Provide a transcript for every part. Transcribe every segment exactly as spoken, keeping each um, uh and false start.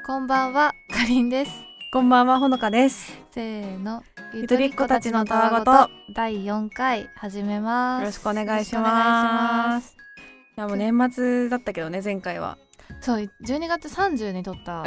こんばんは、かりんです。 こんばんは、ほのかです。 せーの、 ゆとりっ子たちのたわごとだいよんかい始めます。 よろしくお願いします。いやもう年末だったけどね、前回は。 そうじゅうにがつさんじゅうに撮ったから、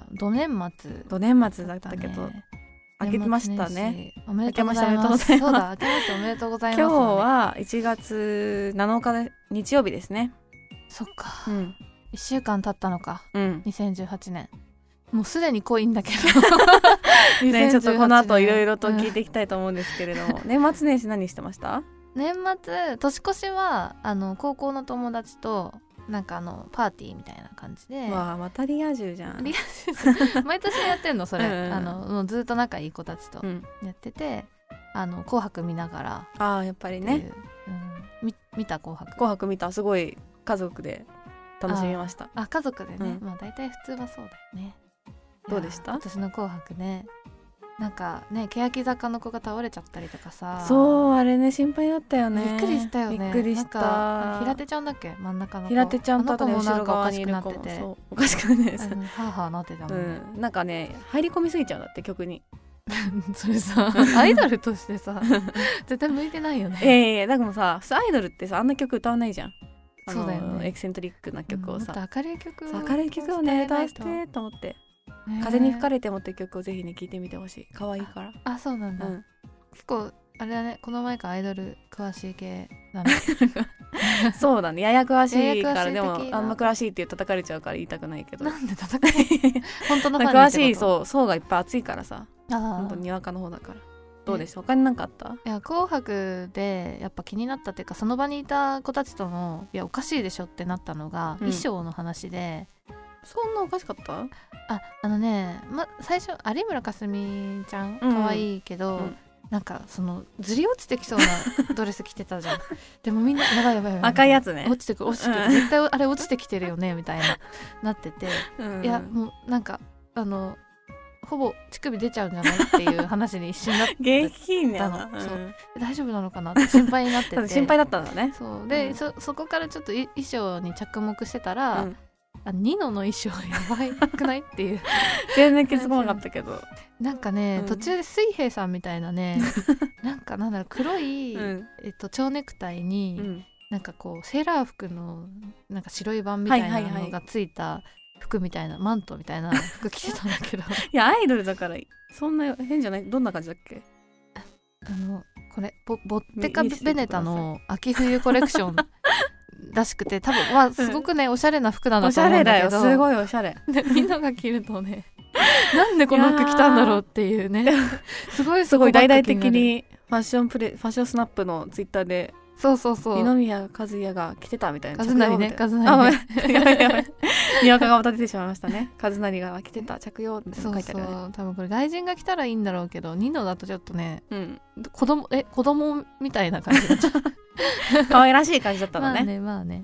うん、ど年末ど年末だったけど、明けましたね。 おめでとうございます。そうだ、明けましておめでとうございます、ね、 今日はいちがつなのかで日曜日ですね。 そっか、 うん、 いっしゅうかん経ったのか、 うん、 にせんじゅうはちねん。もうすでに濃いんだけどね、ちょっとこの後いろいろと聞いていきたいと思うんですけれども、うん、年末年始何してました？ 年末年越しはあの高校の友達となんかあのパーティーみたいな感じで。 わあ、またリア充じゃん。 リア充毎年やってんのそれ。うん、あのもうずっと仲いい子たちとやってて、うん、あの紅白見ながら。 ああ、やっぱりね、 うん、み見た紅白。 紅白見た。すごい家族で楽しみました。 ああ、家族でね、うん、まあ大体普通はそうだよね。 どうでした？ 私の紅白ね、なんかね、欅坂の子が倒れちゃったりとかさ。 そう、あれね、心配だったよね。 びっくりしたよね。 びっくりした。 なんか平手ちゃんだっけ、真ん中の子。 平手ちゃんと後のろ側にいる子もそうおかしくね、 はあはあなってたもんね、 うん、なんかね、入り込みすぎちゃうんだって曲に。 それさ、アイドルとしてさ絶対向いてないよね。 いやいやいや、だからさ、アイドルってさ、あんな曲歌わないじゃん。 そうだよね、 エキセントリックな曲をさ、 うん、もっと明るい曲を明るい曲をね、歌してと思って、風に吹かれてもって曲をぜひね聴いてみてほしい。可愛いから。 あ、そうなんだ、うん、結構あれだね、この前からアイドル詳しい系だねそうだね、やや詳しいから。でもあんま詳しいって叩かれちゃうから言いたくないけど。 なんで叩かれる本当のファンに詳しい、そう、層がいっぱい厚いからさ。本当にわかの方だから。どうでした？他に何かあった？ いや、紅白でやっぱ気になったっていうか、その場にいた子たちとのいやおかしいでしょってなったのが、うん、衣装の話で。 そんなおかしかった？ あ、あのね、ま、最初有村架純ちゃん可愛いけど、うん、なんかそのずり落ちてきそうなドレス着てたじゃんでもみんなやばいやばいやばい、 赤いやつね、 落ちてくる落ちてくる、うん、絶対あれ落ちてきてるよねみたいななってて、うん、いやもうなんかあのほぼ乳首出ちゃうんじゃないっていう話に一瞬なった下品やな、うん、そう大丈夫なのかなって心配になってて心配だったんだね。 そうで、うん、そ, そこからちょっと衣装に着目してたら、うん、あニノの衣装やばいくないっていう全然気づかなかったけどなんかね、うん、途中で水平さんみたいなねなんかなんだろう、黒い、うんえっと、蝶ネクタイに、うん、なんかこうセーラー服のなんか白い版みたいなのがついた服みたいな、マントみたいな服着てたんだけどいやアイドルだからそんな変じゃない？どんな感じだっけ？ あのこれ ボ, ボッテカベネタの秋冬コレクションらしくて、多分まあすごくね、うん、おしゃれな服なんだと思うんだけど、おしゃれだよ、 すごいおしゃれでみんなが着るとねなんでこの服着たんだろうっていうねすごいすごい大々的にファッションプレファッションスナップのツイッターでそうそうそう二宮和也が着てたみたいな。 和成ね、和成ねやばいやばいにわかがまた出てしまいましたね。和成が着てた着用って書いてある、ね、 そうそう、多分これ外人が着たらいいんだろうけど、ニノだとちょっとね、うん、子供え子供みたいな感じだった可愛らしい感じだったのね。 まあねまあね、うん、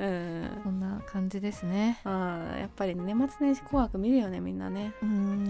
こんな感じですね。 あ、やっぱり年末年始紅白見るよね、みんなね。 うん、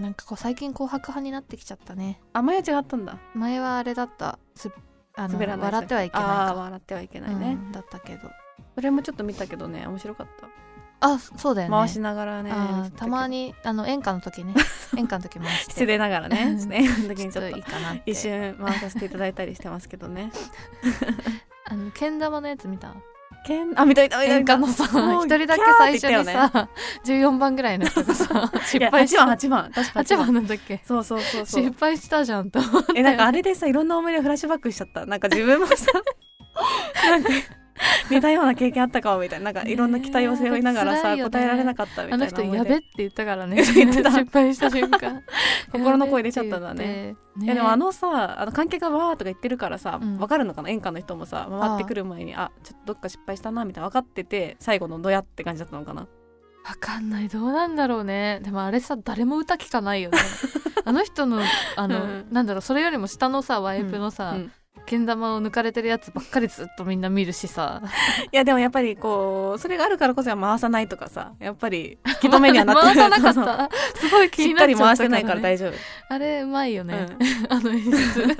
なんかこう最近紅白派になってきちゃったね。 あ、前は違ったんだ。 前はあれだった、すあの笑ってはいけないか。 あ、笑ってはいけないね、 うん、だったけど、 それもちょっと見たけどね、面白かった。 あ、そうだよね、 回しながらね。 あ、たまにあの演歌の時ね演歌の時回して失礼ながらね演歌の時にちょっといいかなって一瞬回させていただいたりしてますけどねあのけん玉のやつ見た？ けんあ見た見た見た演歌のさ一人だけ最初にさ、ね、じゅうよんばんぐらいの人がさ失敗した。 はちばんはちばん確かはちばんなんだっけ。 そうそうそうそう、 失敗したじゃんと思って。 え、なんかあれでさ、いろんな思い出フラッシュバックしちゃった。なんか自分もさなんか似たような経験あったかもみたいな、なんかいろんな期待を背負いながらさ、ね、答えられなかったみたいな。 あの人やべって言ったからね言ってた失敗した瞬間心の声出ちゃったんだね。ね、いやでもあのさ、あの観客がわーとか言ってるからさ、うん、分かるのかな、演歌の人もさ、回ってくる前に あ, あちょっとどっか失敗したなみたいな分かってて、最後のドヤって感じだったのかな。 分かんない、どうなんだろうね。でもあれさ、誰も歌聞かないよねあの人のあの、うん、なんだろう、それよりも下のさワイプのさ、うんうん、けん玉を抜かれてるやつばっかりずっとみんな見るしさいやでもやっぱりこうそれがあるからこそ回さないとかさ、やっぱり引き止めにはなってる回さなかったすごい気になっちゃったから、ね、しっかり回してないから大丈夫。あれうまいよね、うん、あの演出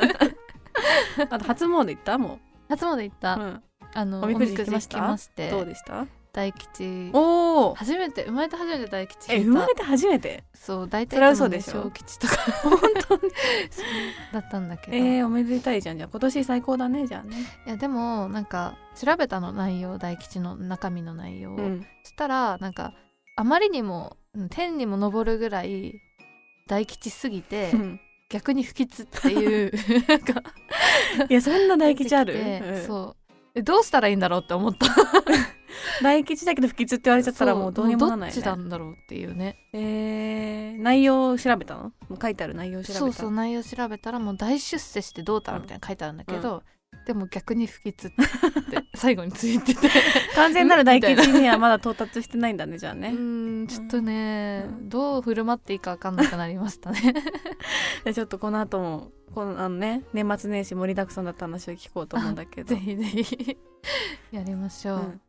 あと初詣行った？もう初詣行った、うん、あのおみくじ引きました。 どうでした？ 大吉。 お初めて生まれて初めて大吉。 え生まれて初めて。 そう大体それは嘘でしょ。 小吉とか本当にだったんだけど。 えー、おめでたいじゃん。じゃあ今年最高だね。じゃあね。 いやでもなんか調べたの内容、大吉の中身の内容を、うん、そしたらなんかあまりにも天にも昇るぐらい大吉すぎて、うん、逆に不吉っていうなんかいやそんな大吉ある、 うん、そうどうしたらいいんだろうって思った大吉だけど不吉って言われちゃったらもうどうにもならないね。 どっちなんだろうっていうね。 えー、内容を調べたの？書いてある内容を調べた。 そうそう内容調べたらもう大出世してどうたらみたいな書いてあるんだけど、うん、でも逆に不吉って最後についてて完全なる大吉にはまだ到達してないんだねじゃあね。 うんちょっとね、うん、どう振る舞っていいか分かんなくなりましたねじゃちょっとこの後もこのあのね年末年始盛りだくさんだった話を聞こうと思うんだけどぜひぜひやりましょう、うん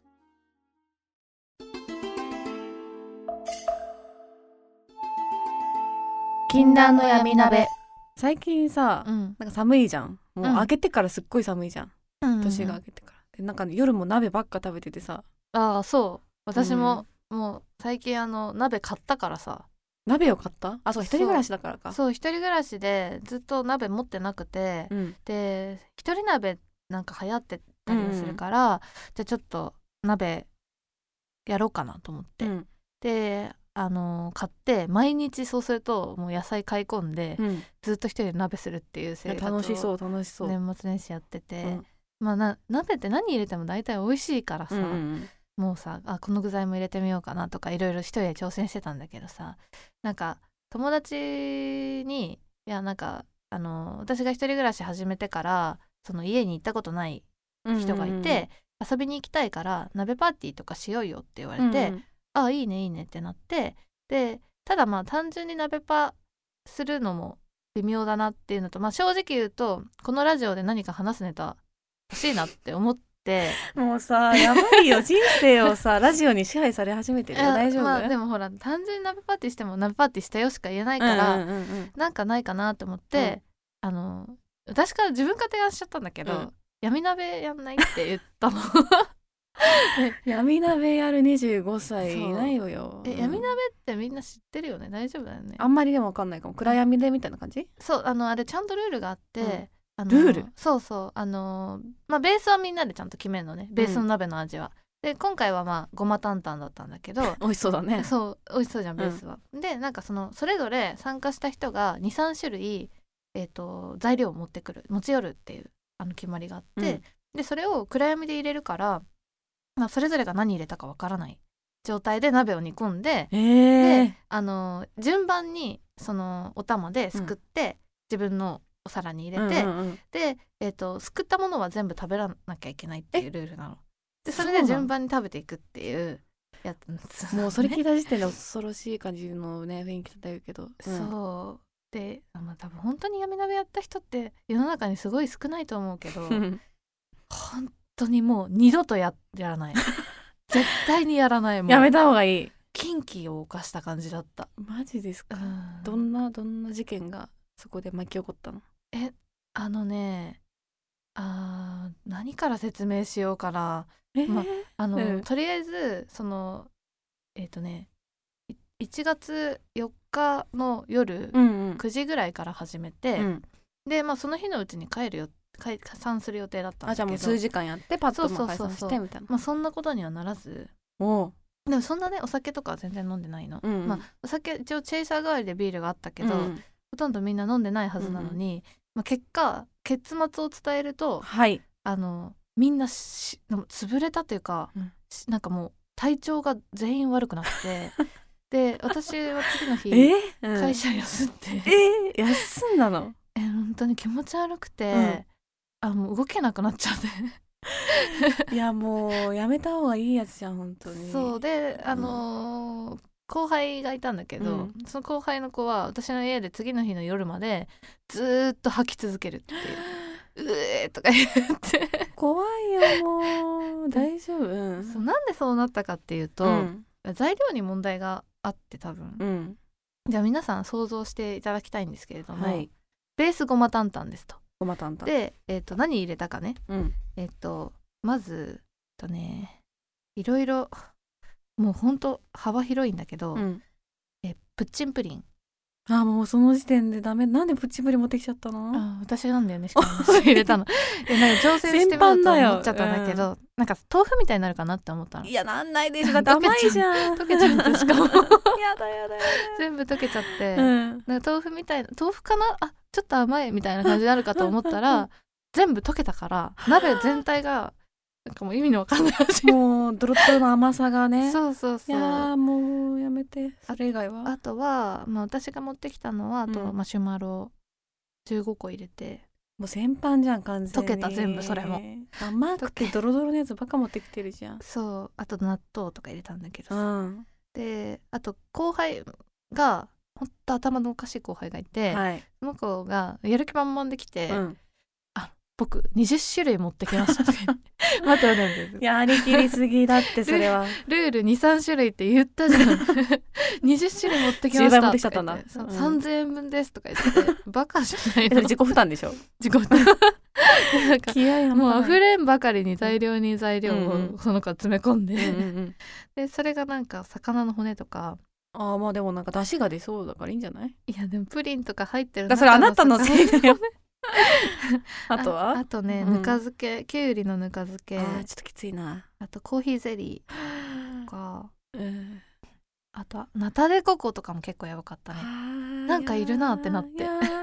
禁断の闇鍋。 最近さ、うん、なんか寒いじゃん。もう明けてからすっごい寒いじゃん、うん、年が明けてからでなんか夜も鍋ばっか食べててさ。 ああそう私も、うん、もう最近あの鍋買ったからさ。 鍋を買った？あそう一人暮らしだからか。 そう一人暮らしでずっと鍋持ってなくて、うん、で一人鍋なんか流行ってたりするから、うん、じゃあちょっと鍋やろうかなと思って、うん、であのー、買って毎日そうするともう野菜買い込んで、うん、ずっと一人で鍋するっていう生活を楽しそう楽しそう年末年始やってて、うん、まあな鍋って何入れても大体美味しいからさ、うんうん、もうさあこの具材も入れてみようかなとかいろいろ一人で挑戦してたんだけどさなんか友達にいやなんかあのー、私が一人暮らし始めてからその家に行ったことない人がいて、うんうんうん、遊びに行きたいから鍋パーティーとかしようよって言われて、うんうんあいいねいいねってなってでただまあ単純に鍋パするのも微妙だなっていうのと、まあ、正直言うとこのラジオで何か話すネタ欲しいなって思ってもうさやばいよ人生をさラジオに支配され始めてるよ大丈夫、 まあ、でもほら単純に鍋パーティーしても鍋パーティーしたよしか言えないから、うんうんうんうん、なんかないかなと思って、うん、あの私から自分から提案しちゃったんだけど、うん、闇鍋やんないって言ったの闇鍋やるにじゅうごさいいないよよ。 え、うん、闇鍋ってみんな知ってるよね大丈夫だよね。 あんまりでも分かんないかも。暗闇でみたいな感じ？ そうあのあれちゃんとルールがあって、うん、あのルールそうそうあのまあベースはみんなでちゃんと決めるのねベースの鍋の味は、うん、で今回はまあごま担々だったんだけど美味しそうだね。 そう美味しそうじゃんベースは、うん、でなんかそのそれぞれ参加した人が にさん 種類、えーと、材料を持ってくる持ち寄るっていうあの決まりがあって、うん、でそれを暗闇で入れるからまあ、それぞれが何入れたかわからない状態で鍋を煮込んで、 えー、 であの順番にそのお玉ですくって、うん、自分のお皿に入れて、うんうんうん、で、えーと、すくったものは全部食べらなきゃいけないっていうルールなのでそれで順番に食べていくっていうやつなんです、 ね、もうそれ聞いた時点で恐ろしい感じのね雰囲気漂うけど、うん、 そうで、まあ、多分本当に闇鍋やった人って世の中にすごい少ないと思うけど本本当にもう二度と や, やらない絶対にやらないもんやめた方がいい。 禁忌を犯した感じだった。 マジですか、うん、どんなどんな事件がそこで巻き起こったの？ えあのねあ何から説明しようかな、えーまあのうん、とりあえずそのえっ、ー、とねいちがつよっかの夜、うんうん、くじぐらいから始めて、うん、でまあその日のうちに帰るよ解散する予定だったんだけど、 あじゃあもう数時間やってパッと解散してみたいな。 まあそんなことにはならず、 おでもそんなねお酒とかは全然飲んでないの、うんうん、まあお酒一応チェイサー代わりでビールがあったけど、うん、ほとんどみんな飲んでないはずなのに、うんうんまあ、結果結末を伝えると、 はい、 あのみんなし潰れたというか、うん、なんかもう体調が全員悪くなってで私は次の日、えーうん、会社休んでえー、休んだの？ え本当に気持ち悪くて、うんあもう動けなくなっちゃっていやもうやめた方がいいやつじゃん本当に。 そうであのーうん、後輩がいたんだけど、うん、その後輩の子は私の家で次の日の夜までずっと吐き続けるっていううえーとか言って怖いよもう大丈夫、うん、 そうなんでそうなったかっていうと、うん、材料に問題があって多分、うん、じゃあ皆さん想像していただきたいんですけれども、はい、ベースごま担々ですとごま担々 で、えー、と何入れたかね、うん、えっ、ー、とまずとねいろいろもうほんと幅広いんだけど、 うん、 えプッチンプリン。 あもうその時点でダメ。なんでプッチンプリン持ってきちゃったの？ あ私なんだよねしかも入れたのえなんか挑戦してみようと思っちゃったんだけど、うん、なんか豆腐みたいになるかなって思ったの。 いやなんないでしょ、だって甘いじゃん溶けちゃってしかもやだやだやだ全部溶けちゃって、 うん、 なんか豆腐みたいな豆腐かなあちょっと甘いみたいな感じになるかと思ったら全部溶けたから鍋全体がなんかもう意味のわかんない味もうドロッドロの甘さがねそうそうそう。 いやもうやめて。それ以外はあ, あとは、まあ、私が持ってきたのはあと、 うん、 マシュマロじゅうごこ入れてもう先般じゃん完全に。 溶けた全部それも甘くてドロドロのやつばっか持ってきてるじゃん。 そうあと納豆とか入れたんだけどさ、 うん、 であと後輩がほんと頭のおかしい後輩がいて、 はい、 その子がやる気満々できて、 うん、あ僕にじゅっしゅるい持ってきましたとか言って待って待ってやりきりすぎだってそれはルール にさんしゅるいって言ったじゃんにじゅっしゅるい持ってきましたとか言って、うん、さんぜんえんぶんですとか言ってバカじゃないの自己負担でしょ自己負担なんか気合もう溢れんばかりに大量に材料をその子は詰め込んで、うんうん、でそれがなんか魚の骨とかあまあでもなんか出汁が出そうだからいいんじゃない？ いやでもプリンとか入ってるだそれあなたのせいだよあとはあ, あとね、うん、ぬか漬けきゅうりのぬか漬けあちょっときついな。 あとコーヒーゼリーとか、 うん、 あとナタデココとかも結構やばかったね。なんかいるなってなって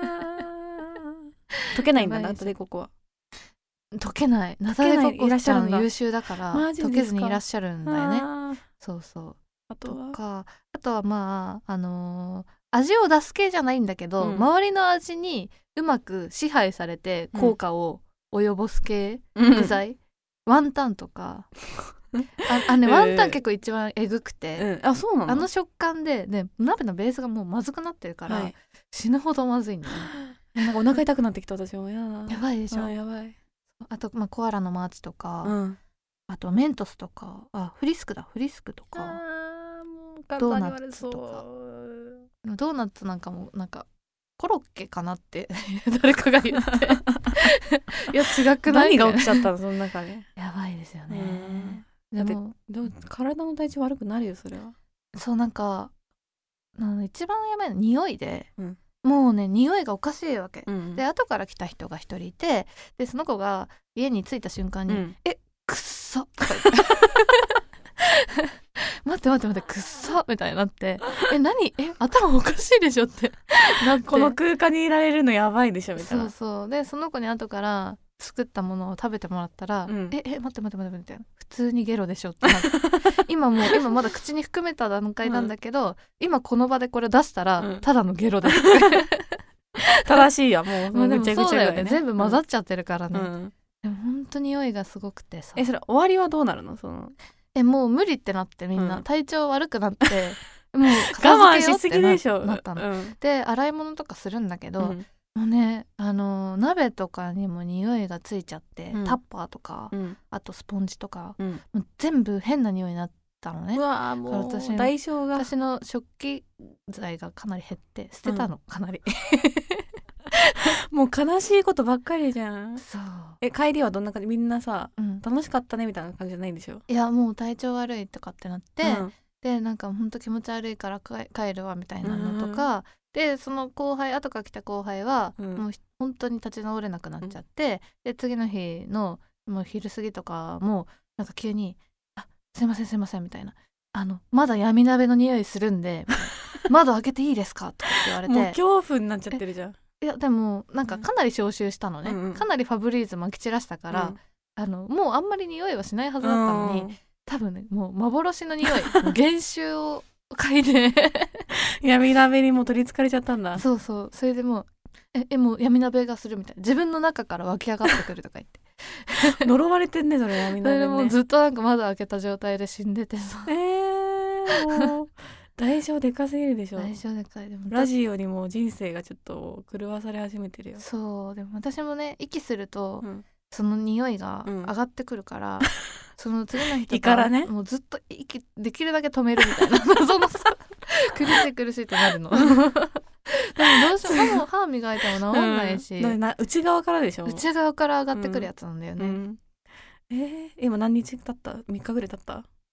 溶けないんだナタデココは。 溶けない。ナタデココちゃん優秀だから溶けずにいらっしゃるんだよね。そうそう。あとはとかあとはまああのー、味を出す系じゃないんだけど、うん、周りの味にうまく支配されて効果を及ぼす系、うん、具材、ワンタンとかああ、ね、ワンタン結構一番えぐくて、 えー、あそうなの？ あの食感で、ね、鍋のベースがもうまずくなってるから、はい、死ぬほどまずいんだよね。 なんかお腹痛くなってきた私も。ややばいでしょ。 あやばい。 あと、まあ、コアラのマーチとか、 うん、 あとメントスとかあフリスクだフリスクとかあもうドーナツとかドーナツなんかもなんかコロッケかなって誰かが言っていや違くない？ 何が起きちゃったのその中でやばいですよね。 でもでも体の体調悪くなるよそれは。 そうなんか一番やばいの匂いで、 うん、 もうね匂いがおかしいわけ、 うんうん、 で後から来た人が一人いてでその子が家に着いた瞬間に、うん、えくっそとか言って待って待って待ってくっそみたいになってえ何え頭おかしいでしょってなってこの空間にいられるのやばいでしょみたいな。 そうそうでその子に後から作ったものを食べてもらったら、うん、ええ待って待って待ってみたいな普通にゲロでしょってなって今もう今まだ口に含めた段階なんだけど、うん、今この場でこれ出したら、うん、ただのゲロです正しいやもうまあでもそうだよね全部混ざっちゃってるからね、うん、でも本当に匂いがすごくてさえそれ終わりはどうなるのそのえもう無理ってなってみんな、うん、体調悪くなってもう我慢しすぎでしょなったの、 うん、 で洗い物とかするんだけど、うんもうねあのー、鍋とかにも匂いがついちゃって、うん、タッパーとか、うん、あとスポンジとか、うん、もう全部変な匂いになったのね。 うわもう私代償が私の食器材がかなり減って捨てたの、うん、かなりもう悲しいことばっかりじゃん。 そうえ帰りはどんな感じ？みんなさ、うん、楽しかったねみたいな感じじゃないんでしょ？ いやもう体調悪いとかってなって、うん、でなんかほんと気持ち悪いから帰るわみたいなのとか、うんでその後輩後から来た後輩は、うん、もう本当に立ち直れなくなっちゃって、うん、で次の日のもう昼過ぎとかもなんか急に「あすいませんすいません」みたいな「あのまだ闇鍋の匂いするんで窓開けていいですか?」とかって言われてもう恐怖になっちゃってるじゃん。 いやでもなんかかなり消臭したのね、うん、かなりファブリーズ撒き散らしたから、うん、あのもうあんまり匂いはしないはずだったのに、うん、多分ねもう幻の匂い原臭を嗅いで闇鍋にも取りつかれちゃったんだ。 そうそうそれでもうええもう闇鍋がするみたいな自分の中から湧き上がってくるとか言って呪われてんねそれ闇鍋ね。 それでもうずっとなんか窓開けた状態で死んでてさえーもう代償でかすぎるでしょ。 代償でかい。でもラジオにも人生がちょっと狂わされ始めてるよ。 そうでも私もね息すると、うん、その匂いが上がってくるから、うん、その次の日とか、ね、もうずっと息できるだけ止めるみたいなそのさ苦しい苦しいってなるのでもどうしても歯歯磨いても治んないし、 うん、な内側からでしょ。 内側から上がってくるやつなんだよね、うんうん、 えー、今何日経った？みっかぐらい経った？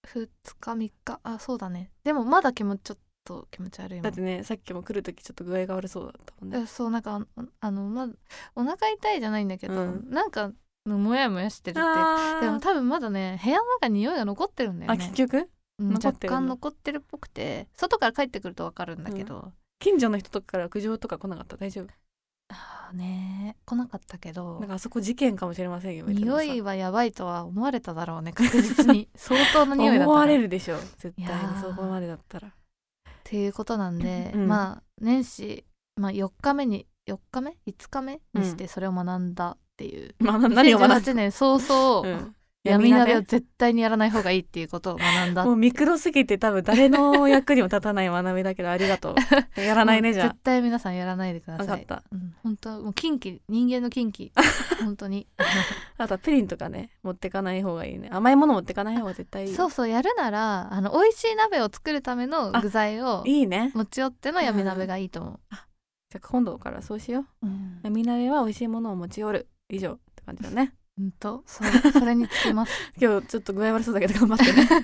ふつかみっかあそうだね。でもまだ気持ちちょっと気持ち悪いもん。 だってねさっきも来る時ちょっと具合が悪そうだったもんね。 そうなんかあの、ま、お腹痛いじゃないんだけど、うん、なんかもやもやしてるって。でも多分まだね部屋の中に匂いが残ってるんだよね。 あ結局、 うん、若干残ってるっぽくて外から帰ってくると分かるんだけど、うん、 近所の人とかから苦情とか来なかった？大丈夫？ あね来なかったけど、 なんかあそこ事件かもしれませんよ。 匂いはやばいとは思われただろうね確実に相当な匂いだった思われるでしょ絶対にそこまでだったらっていうことなんで、うん、まあ年始、まあ、よっかめによっかめいつかめにしてそれを学んだっていう、うん、何を学んだ？にせんじゅうはちねん早々、うん闇鍋を絶対にやらない方がいいっていうことを学んだ。 もうミクロすぎて多分誰の役にも立たない学びだけどありがとうやらないねじゃあ絶対皆さんやらないでください。 分かった、 うん、本当もう禁忌人間の禁忌本当にあとはプリンとかね持ってかない方がいいね。甘いもの持ってかない方が絶対いい。 そうそうやるならあの美味しい鍋を作るための具材をいいね持ち寄っての闇鍋がいいと思う、うん、 あじゃあ今度からそうしよう、うん、闇鍋は美味しいものを持ち寄る以上って感じだね。 うんと そ, れそれにつきます今日ちょっと具合悪そうだけど頑張ってね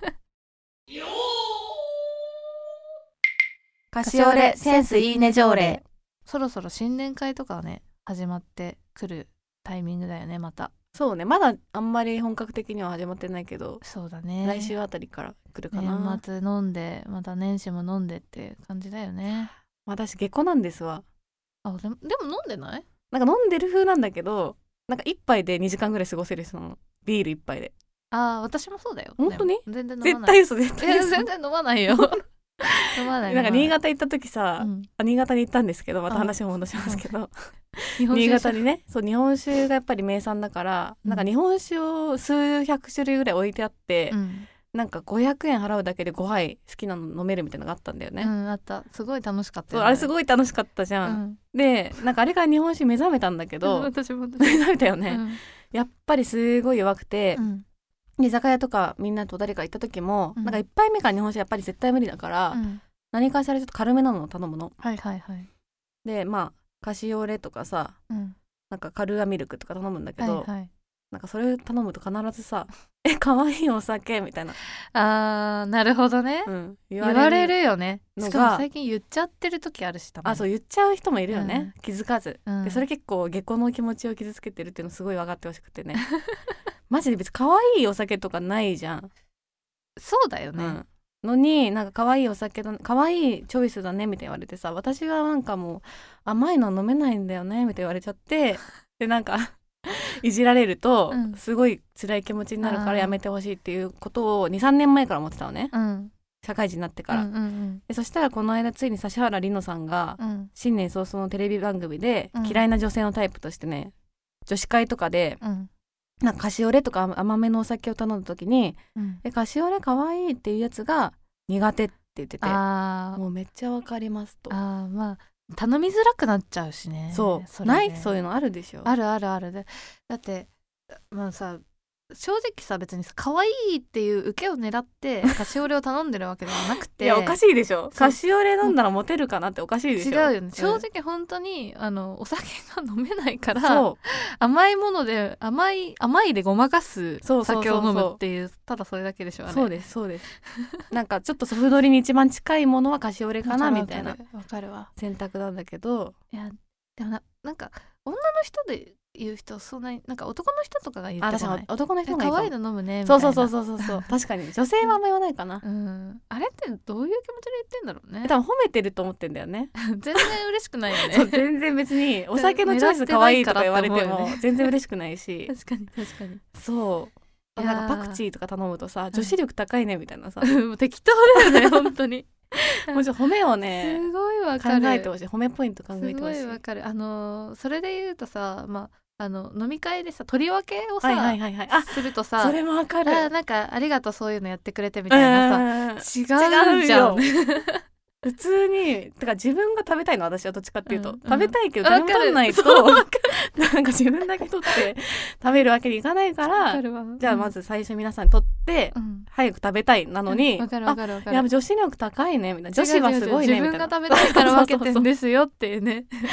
カシオレセンスいいね条例。そろそろ新年会とかはね始まってくるタイミングだよね。またそうねまだあんまり本格的には始まってないけどそうだね来週あたりから来るかな。 年末飲んでまた年始も飲んでって感じだよね。 私下戸なんですわ。 あでもでも飲んでない？ なんか飲んでる風なんだけどなんか一杯でにじかんぐらい過ごせる人のビール一杯で。 ああ私もそうだよ。 本当に？ 全然飲まない。 絶対嘘絶対嘘。 全然飲まないよ飲まないなんか新潟行った時さ、うん、新潟に行ったんですけどまた話を戻しますけど新潟にねそう日本酒がやっぱり名産だから、うん、なんか日本酒を数百種類ぐらい置いてあって、うん、なんかごひゃくえん払うだけでごはい好きなの飲めるみたいなのがあったんだよね。 うんあったすごい楽しかったよ、 ね、あれすごい楽しかったじゃん、うん、でなんかあれから日本酒目覚めたんだけど私も目覚めたよね、うん、やっぱりすごい弱くて、うん居酒屋とかみんなと誰か行った時も、うん、なんか一杯目から日本酒やっぱり絶対無理だから、うん、何かしらちょっと軽めなのを頼むの。 はいはいはい。 でまあカシオレとかさ、うん、なんかカルーアミルクとか頼むんだけど、はいはい、なんかそれ頼むと必ずさえ可愛いお酒みたいな。 あーなるほどね、うん、言われる、言われるよね。しかも最近言っちゃってる時あるし。たまにあそう言っちゃう人もいるよね、うん、気づかず、うん、でそれ結構下戸の気持ちを傷つけてるっていうのすごい分かってほしくてねマジで別に可愛いお酒とかないじゃん。 そうだよね、うん、 のになんか可愛いお酒だ可愛いチョイスだねみたいに言われてさ私はなんかもう甘いの飲めないんだよねみたいに言われちゃってでなんかいじられるとすごい辛い気持ちになるからやめてほしいっていうことを にさんねんまえから思ってたのね、うん、社会人になってから、うんうんうん、でそしたらこの間ついに指原莉乃さんが、うん、新年早々のテレビ番組で、うん、嫌いな女性のタイプとしてね女子会とかで、うんなんかカシオレとか甘めのお酒を頼んだ時に、うん、えカシオレかわいいっていうやつが苦手って言っててあもうめっちゃわかりますと。 あまあ頼みづらくなっちゃうしね。 そうそないそういうのあるでしょ。 あるあるあるでだってまあさ正直さ別にさ可愛いっていう受けを狙ってカシオレを頼んでるわけではなくていやおかしいでしょ。カシオレ飲んだらモテるかなっておかしいでしょ。 違うよね、うん、正直本当にあのお酒が飲めないから甘いもので甘い甘いでごまかす酒を飲むっていうただそれだけでしょ。あれそうですそうですなんかちょっとソフドリに一番近いものはカシオレかなみたいなわかるわ選択なんだけどいやでも な, なんか女の人で言う人そんなになんか男の人とかが言ってこない。 男の人が可愛いの飲むねみたいな。 そうそうそうそうそう確かに女性はあんま言わないかな、 うん、あれってどういう気持ちで言ってんだろうね。 多分褒めてると思ってんだよね全然嬉しくないよねそう全然別にお酒のチョイス可愛いとか言われても全然嬉しくないし確かに確かにそうなんかパクチーとか頼むとさ女子力高いねみたいなさ適当だよね本当にもうちょっと褒めをねすごいわかる考えてほしい。褒めポイント考えてほしい。 すごいわかる。あのー、それで言うとさまああの飲み会でさ取り分けをさ、 はいはいはいはい、あするとさそれもわかる。 あなんかありがとうそういうのやってくれてみたいなさ違うじゃん普通にてか自分が食べたいの私はどっちかっていうと、うん、食べたいけど誰も取んないとなんか自分だけ取って食べるわけにいかないからじゃあまず最初皆さん取って、うん、早く食べたいなのに、 うん、かるわかるわかる。 やっぱ女子力高いねみたいな女子はすごいねみたいな自分が食べたいから分けてんですよっていうね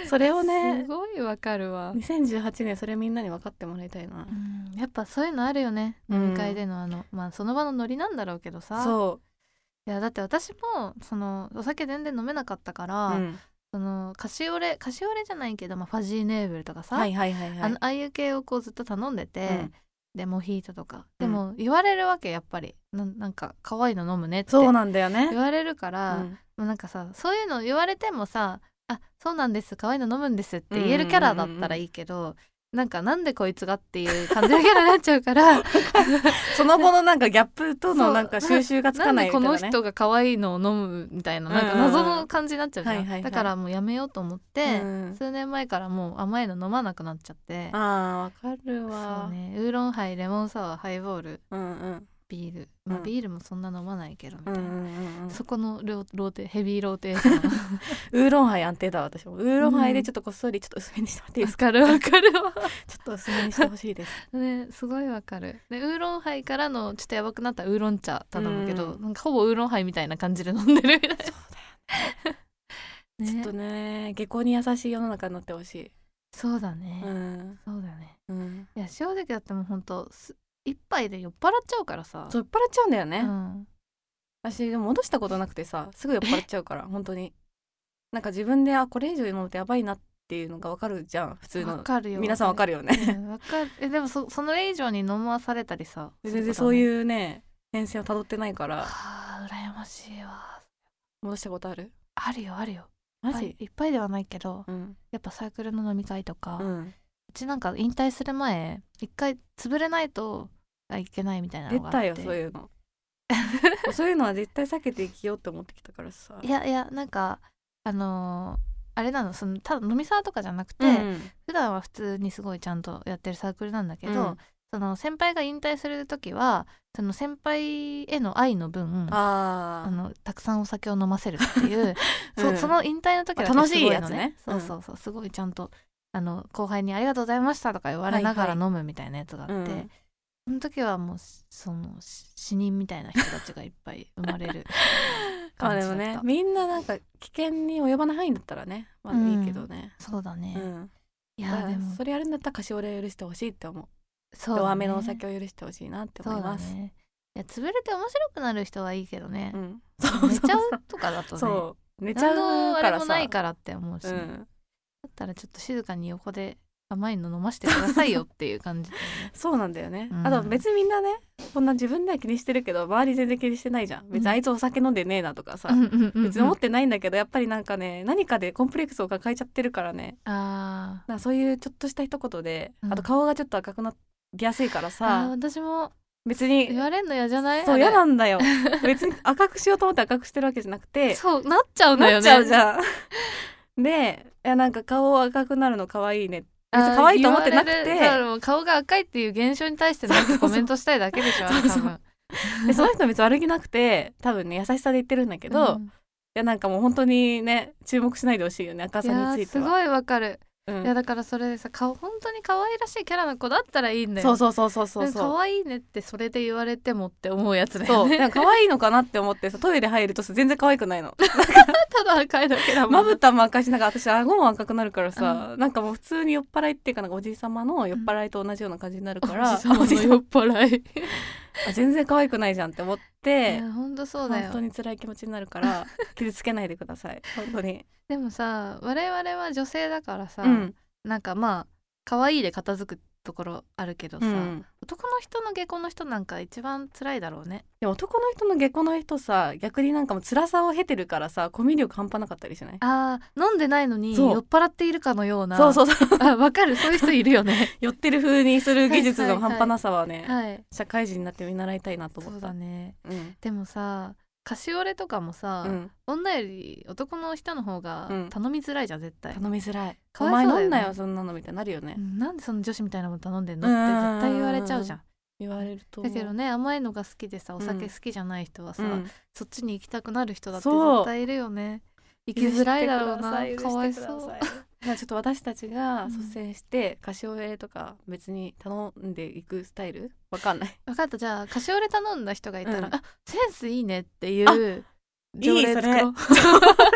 それをねすごいわかるわ。 にせんじゅうはちねんそれみんなに分かってもらいたいな、 うん、やっぱそういうのあるよね、飲み会でのあの、まあその場のノリなんだろうけどさ。そういやだって私もそのお酒全然飲めなかったから、うん、そのカシオレカシオレじゃないけど、まあ、ファジーネーブルとかさ、はいはいはいはい、あのああいう系をこうずっと頼んでて、うん、でモヒートとかでも言われるわけやっぱり な, なんか可愛いの飲むねってそうなんだよね言われるから、うん、もうなんかさそういうの言われてもさあそうなんです可愛いの飲むんですって言えるキャラだったらいいけど、うんうんうんうん、なんかなんでこいつがっていう感じのキャラになっちゃうからその後のなんかギャップとのなんか収集がつかないみたいな、ね、 なんでこの人が可愛いのを飲むみたいななんか謎の感じになっちゃうじゃん、うんうんはいはいはい、だからもうやめようと思って、うん、数年前からもう甘いの飲まなくなっちゃって。 あーわかるわ。 そうね、ウーロンハイレモンサワーハイボール、うんうん、ビール、まあ、 うん、 ビールもそんな飲まないけどみたいな、うんうんうん、そこのロローテヘビーローテーションウーロンハイ安定だ私もウーロンハイでちょっとこっそりちょっと薄めにしてもらっていいですか。 わ、うん、かるわかるわちょっと薄めにしてほしいですね、すごいわかる。でウーロンハイからのちょっとやばくなったウーロン茶頼むけど、うん、なんかほぼウーロンハイみたいな感じで飲んでるみたいな。そうだよねちょっとね下校に優しい世の中になってほしい。 そうだね、うん、そうだね、うん、いや正直だってもうほんと一杯で酔っ払っちゃうからさ。 そう酔っ払っちゃうんだよね、うん、私でも戻したことなくてさすぐ酔っ払っちゃうから本当になんか自分であこれ以上飲むとやばいなっていうのが分かるじゃん普通の。分かるよ皆さん分かるよね、 うん、分かるえでも そ, その以上に飲まされたりさ全然そういうね変遷をたどってないから。 はあ羨ましいわ。 戻したことある？ あるよあるよ。 マジ？ いっぱいではないけど、うん、やっぱサークルの飲み会とか、うん、うちなんか引退する前一回潰れないといけないみたいなのがあって。 出たよそういうのそういうのは絶対避けて生きようって思ってきたからさ。 いやいやなんかあのー、あれなのそのただ飲みサーとかじゃなくて、うん、普段は普通にすごいちゃんとやってるサークルなんだけど、うん、その先輩が引退する時はその先輩への愛の分 あ, あのたくさんお酒を飲ませるっていう、うん、そ, その引退の時は、ね、 楽しいやつね。 そうそうそうすごいちゃんとあの後輩にありがとうございましたとか言われながら飲むみたいなやつがあって、はいはい、その時はもうその死人みたいな人たちがいっぱい生まれるまあでもねみんななんか危険に及ばない範囲だったらねまだいいけどね、 うん、そうだね、うん、 いやでもそれやるんだったらカシオレを許してほしいって思う。そう、ね、弱めのお酒を許してほしいなって思います。そうだね、 いや潰れて面白くなる人はいいけどね、うん、そう寝ちゃうとかだとねそう寝ちゃうからさあれもないからって思うし、ね、うん、だったらちょっと静かに横で甘いの飲ましてくださいよっていう感じ、ね、 そうなんだよね、うん、あと別にみんなねこんな自分では気にしてるけど周り全然気にしてないじゃん。別にあいつお酒飲んでねえなとかさ、うん、別に思ってないんだけどやっぱりなんかね何かでコンプレックスを抱えちゃってるからね。あなんかそういうちょっとした一言で、うん、あと顔がちょっと赤くなりやすいからさ。 あ私も別に言われんの嫌じゃない？ そう嫌なんだよ別に赤くしようと思って赤くしてるわけじゃなくてそうなっちゃうんだよね。 なっちゃうじゃんでいやなんか顔赤くなるの可愛いねって別に可愛いと思ってなくて顔が赤いっていう現象に対してなんかコメントしたいだけでしょ。そうそうそうでその人は別に悪気なくて多分ね優しさで言ってるんだけど、うん、いやなんかもう本当にね注目しないでほしいよね赤さについては。 いやすごいわかる、うん、いやだからそれでさ顔本当に可愛らしいキャラの子だったらいいんだよ。 そうそうそうそうそう可愛いねってそれで言われてもって思うやつだよね。 そう可愛いのかなって思ってさトイレ入ると全然可愛くないのただ赤いだけだもん。 まぶたも赤いしなんか私顎も赤くなるからさ、うん、なんかもう普通に酔っ払いっていうかなんかおじいさまの酔っ払いと同じような感じになるから、 うん、おじいさまの酔っ払いあ全然可愛くないじゃんって思って本当そうだよ。 本当に辛い気持ちになるから傷つけないでください本当に。 でもさ我々は女性だからさ、うんなんかまあ可愛いで片付くところあるけどさ、うん、男の人の下戸の人なんか一番辛いだろうね。 でも男の人の下戸の人さ逆になんかもう辛さを経てるからさコミュ力半端なかったりしない？ あー飲んでないのに酔っ払っているかのような。 そうそうそうあ分かるそういう人いるよね酔ってる風にする技術の半端なさはね、はいはいはい、社会人になって見習いたいなと思った。 そうだね、うん、でもさカシオレとかもさ、うん、女より男の人の方が頼みづらいじゃん、うん、絶対頼みづらい。お前飲んなよそんなのみたいになるよね、 うん、なんでその女子みたいなもの頼んでんのって絶対言われちゃうじゃん。 言われるとだけどね甘いのが好きでさお酒好きじゃない人はさ、うん、そっちに行きたくなる人だって絶対いるよね。行きづらいだろうなかわいそうちょっと私たちが率先してカシオレとか別に頼んでいくスタイルわかんない。 分かったじゃあカシオレ頼んだ人がいたら、うん、あセンスいいねっていう条例作ろう。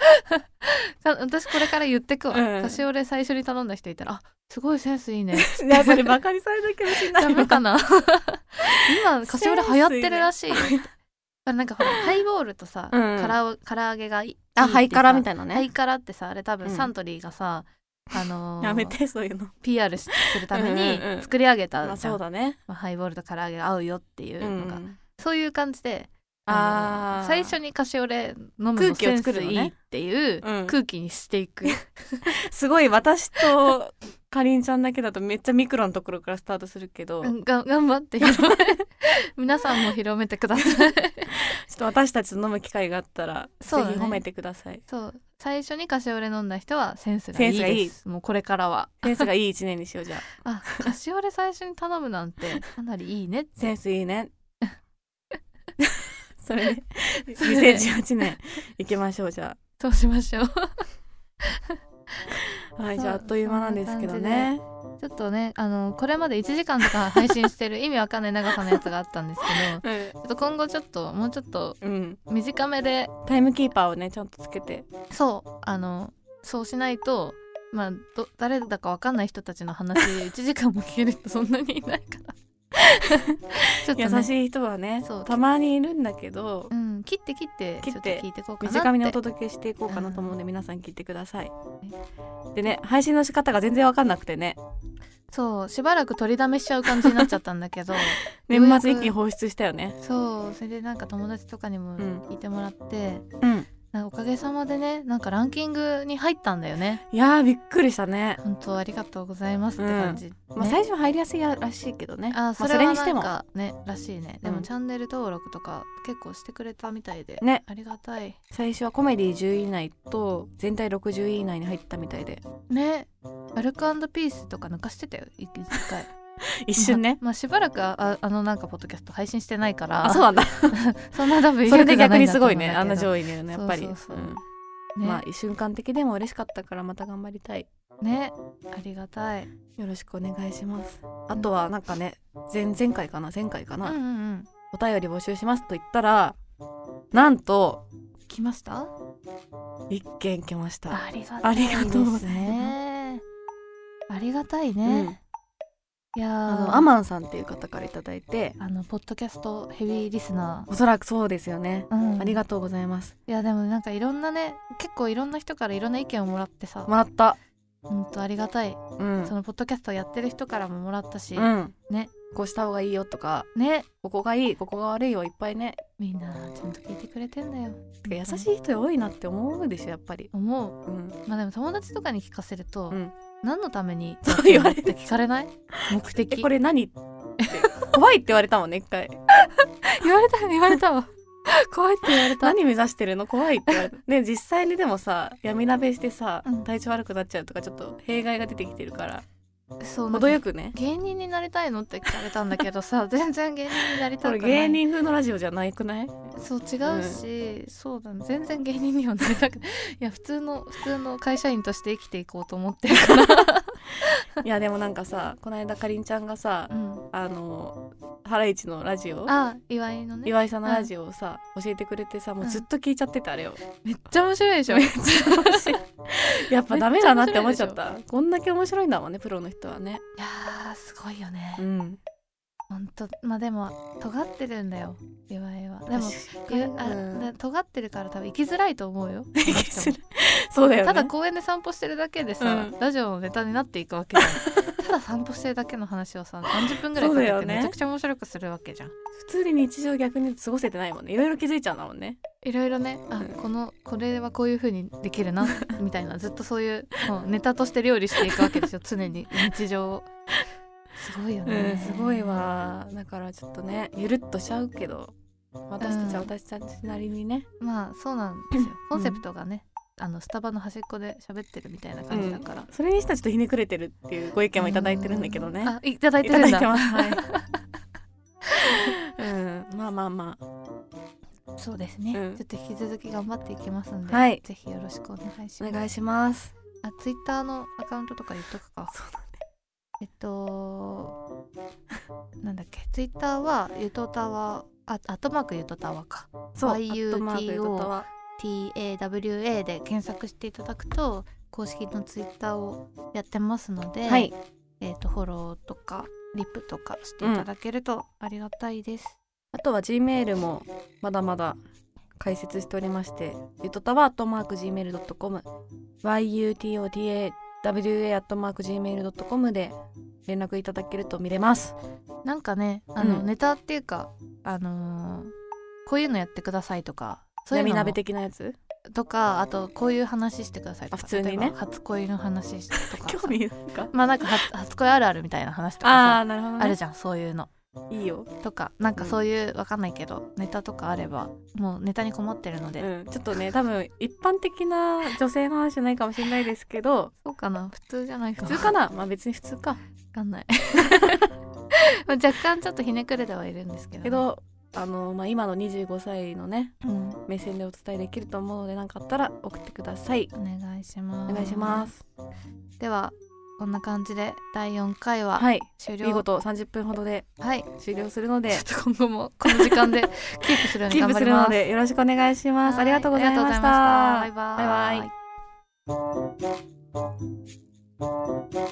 私これから言ってくわ、うん、カシオレ最初に頼んだ人いたらあすごいセンスいいねいやそれバカにされるかもしれない。 ダメかな今カシオレ流行ってるらしいよなんかほらハイボールとさ、うん、から唐揚げがいいあハイカラみたいなね。 ハイカラってさあれ多分サントリーがさ、うん、あのー、 やめてそういうのピーアール するために作り上げたじゃん、 まあ、そうだね、 まあ、ハイボールと唐揚げが合うよっていうのが、うん、そういう感じでああ最初にカシオレ飲むのセンスいいっていう空気にしていく、うん、 すごい私とかりんちゃんだけだとめっちゃミクロのところからスタートするけど、 うん、が頑張って広め皆さんも広めてくださいちょっと私たちと飲む機会があったら、ね、ぜひ褒めてください。 そう最初にカシオレ飲んだ人はセンスがいいです。いいもうこれからはセンスがいい一年にしようじゃあカシオレ最初に頼むなんてかなりいいねってセンスいいねそれでにせんじゅうはちねん行きましょう。じゃあそうしましょうはいじゃああっという間なんですけどね。 ちょっとねあのこれまでいちじかんとか配信してる意味わかんない長さのやつがあったんですけど、うん、ちょっと今後ちょっともうちょっと短めで、 うん、タイムキーパーをねちゃんとつけてそうあのそうしないとまあど誰だかわかんない人たちの話いちじかんも聞ける人そんなにいないからちょっと、ね、優しい人はねそうたまにいるんだけど、 うん、切って切ってちょっと聞いていこうかなって短めにお届けしていこうかなと思うんで、うん、皆さん聞いてください。でね配信の仕方が全然わかんなくてねそうしばらく取りだめしちゃう感じになっちゃったんだけど年末一気に放出したよね。 そうそれでなんか友達とかにも聞いてもらって、 うん、 なんかおかげさまでねなんかランキングに入ったんだよね。 いやーびっくりしたね。 本当ありがとうございますって感じ、 うんまあ、最初入りやすいらしいけどね。 あそれはなんかねらしいね。でもチャンネル登録とか結構してくれたみたいで、 ね、 ありがたい。 最初はコメディじゅうい以内と全体ろくじゅうい以内に入ったみたいでね。アルコ&ピースとか抜かしてたよ一回一瞬ね、 まあ、まあしばらく あ, あのなんかポッドキャスト配信してないからあそうなんだそんな多分それで逆にすごいねあんな上位ねやっぱりそうそうそう、 うんね、まあ瞬間的でも嬉しかったからまた頑張りたいね。ありがたい。 よろしくお願いします。あとはなんかね前々回かな前回かな、 うんうんうん、 お便り募集しますと言ったらなんと来ました。 一件来ました。 ありがたいですね。ありがたいね、うん、いやあのアマンさんっていう方からいただいてあのポッドキャストヘビーリスナーおそらくそうですよね、うん、ありがとうございます。 いやでもなんかいろんなね結構いろんな人からいろんな意見をもらってさもらったほんとありがたい、 うん、 そのポッドキャストやってる人からももらったし、 うん、 ねこうした方がいいよとかねここがいいここが悪いよいっぱいねみんなちゃんと聞いてくれてんだよ。 てか優しい人多いなって思うでしょやっぱり思う、 うん、 まあでも友達とかに聞かせると、 うん、 何のためにそう言われて聞かれない目的えこれ何って怖いって言われたもんね一回言われた言われたわ怖いって言われた。 何目指してるの怖いって言われたね。実際にでもさ闇鍋してさ、うん、体調悪くなっちゃうとかちょっと弊害が出てきてるからそう程よくね芸人になりたいのって聞かれたんだけどさ全然芸人になりたくない。 これ芸人風のラジオじゃないくない？ そう違うし、うん、そうだね全然芸人にはなりたくないいや普通の普通の会社員として生きていこうと思ってるからいやでもなんかさこの間かりんちゃんがさ、うん、あのハライチのラジオあ岩井のね岩井さんのラジオをさ、うん、教えてくれてさもうずっと聞いちゃってた、うん、あれをめっちゃ面白いでしょめっちゃ面白いやっぱダメだなって思っちゃった。こんだけ面白いんだもんねプロの人はね。 いやーすごいよね。 うんほんとまあでも尖ってるんだよ岩井は。でもあ、うん、尖ってるから多分生きづらいと思うよそうだよね。 ただ公園で散歩してるだけでさ、うん、ラジオのネタになっていくわけじゃんただ散歩してるだけの話をささんじゅっぷんぐらいかけてめちゃくちゃ面白くするわけじゃん、ね、 普通に日常逆に過ごせてないもんね。いろいろ気づいちゃうんだもんね。 いろいろねあ、うん、このこれはこういう風にできるなみたいなずっとそういうもうネタとして料理していくわけですよ常に日常を。すごいよね、 うん、すごいわ。だからちょっとねゆるっとしちゃうけど私たちは私たちなりにね、 うん、まあそうなんですよコンセプトがね、うん、あのスタバの端っこで喋ってるみたいな感じだから、うん、 それにしたらちょっとひねくれてるっていうご意見もいただいてるんだけどね。 あいただいてるんだ。いただいてます、 はいうん、まあまあまあそうですね、うん、ちょっと引き続き頑張っていきますんで、 はい、 ぜひよろしくお願いします。 お願いします。 あツイッターのアカウントとか言っとくか。 そうだねえっとなんだっけツイッターはゆとたわあアットマークゆとたわかそうユーティーオーティーエーダブリューエー で検索していただくと公式のツイッターをやってますので、 はい、 えーとフォローとかリプとかしていただけるとありがたいです、 うん、あとは Gmail もまだまだ開設しておりまして、ゆとたわ アットマークジーメールドットコム ワイユーティーオーティーエーダブリューエー アットマークジーメールドットコム で連絡いただけると見れます。 なんかねあの、 うん、 ネタっていうかあのー、こういうのやってくださいとかそういうの闇鍋的なやつとか、あとこういう話してくださいとか、 普通にね初恋の話とか興味なんかまあなんか初恋あるあるみたいな話とかさ あ, なるほど、ね、 あるじゃん、そういうのいいよとか、なんかそういう、うん、わかんないけどネタとかあればもうネタに困ってるので、 うん、ちょっとね多分一般的な女性の話じゃないかもしれないですけどそうかな、普通じゃないか普通かなまあ別に普通かわかんない若干ちょっとひねくれてはいるんですけど、ね、 けどあの、まあ、今のにじゅうごさいのね、うん、目線でお伝えできると思うので、何かあったら送ってください。 お願いします。 お願いします。 ではこんな感じでだいよんかいは終了、 はい、見事さんじゅっぷんほどで終了するので、はい、 ちょっと今後もこの時間でキープするように頑張ります。キープするのでよろしくお願いします。ありがとうございました。 バイバイ。 バイバイ。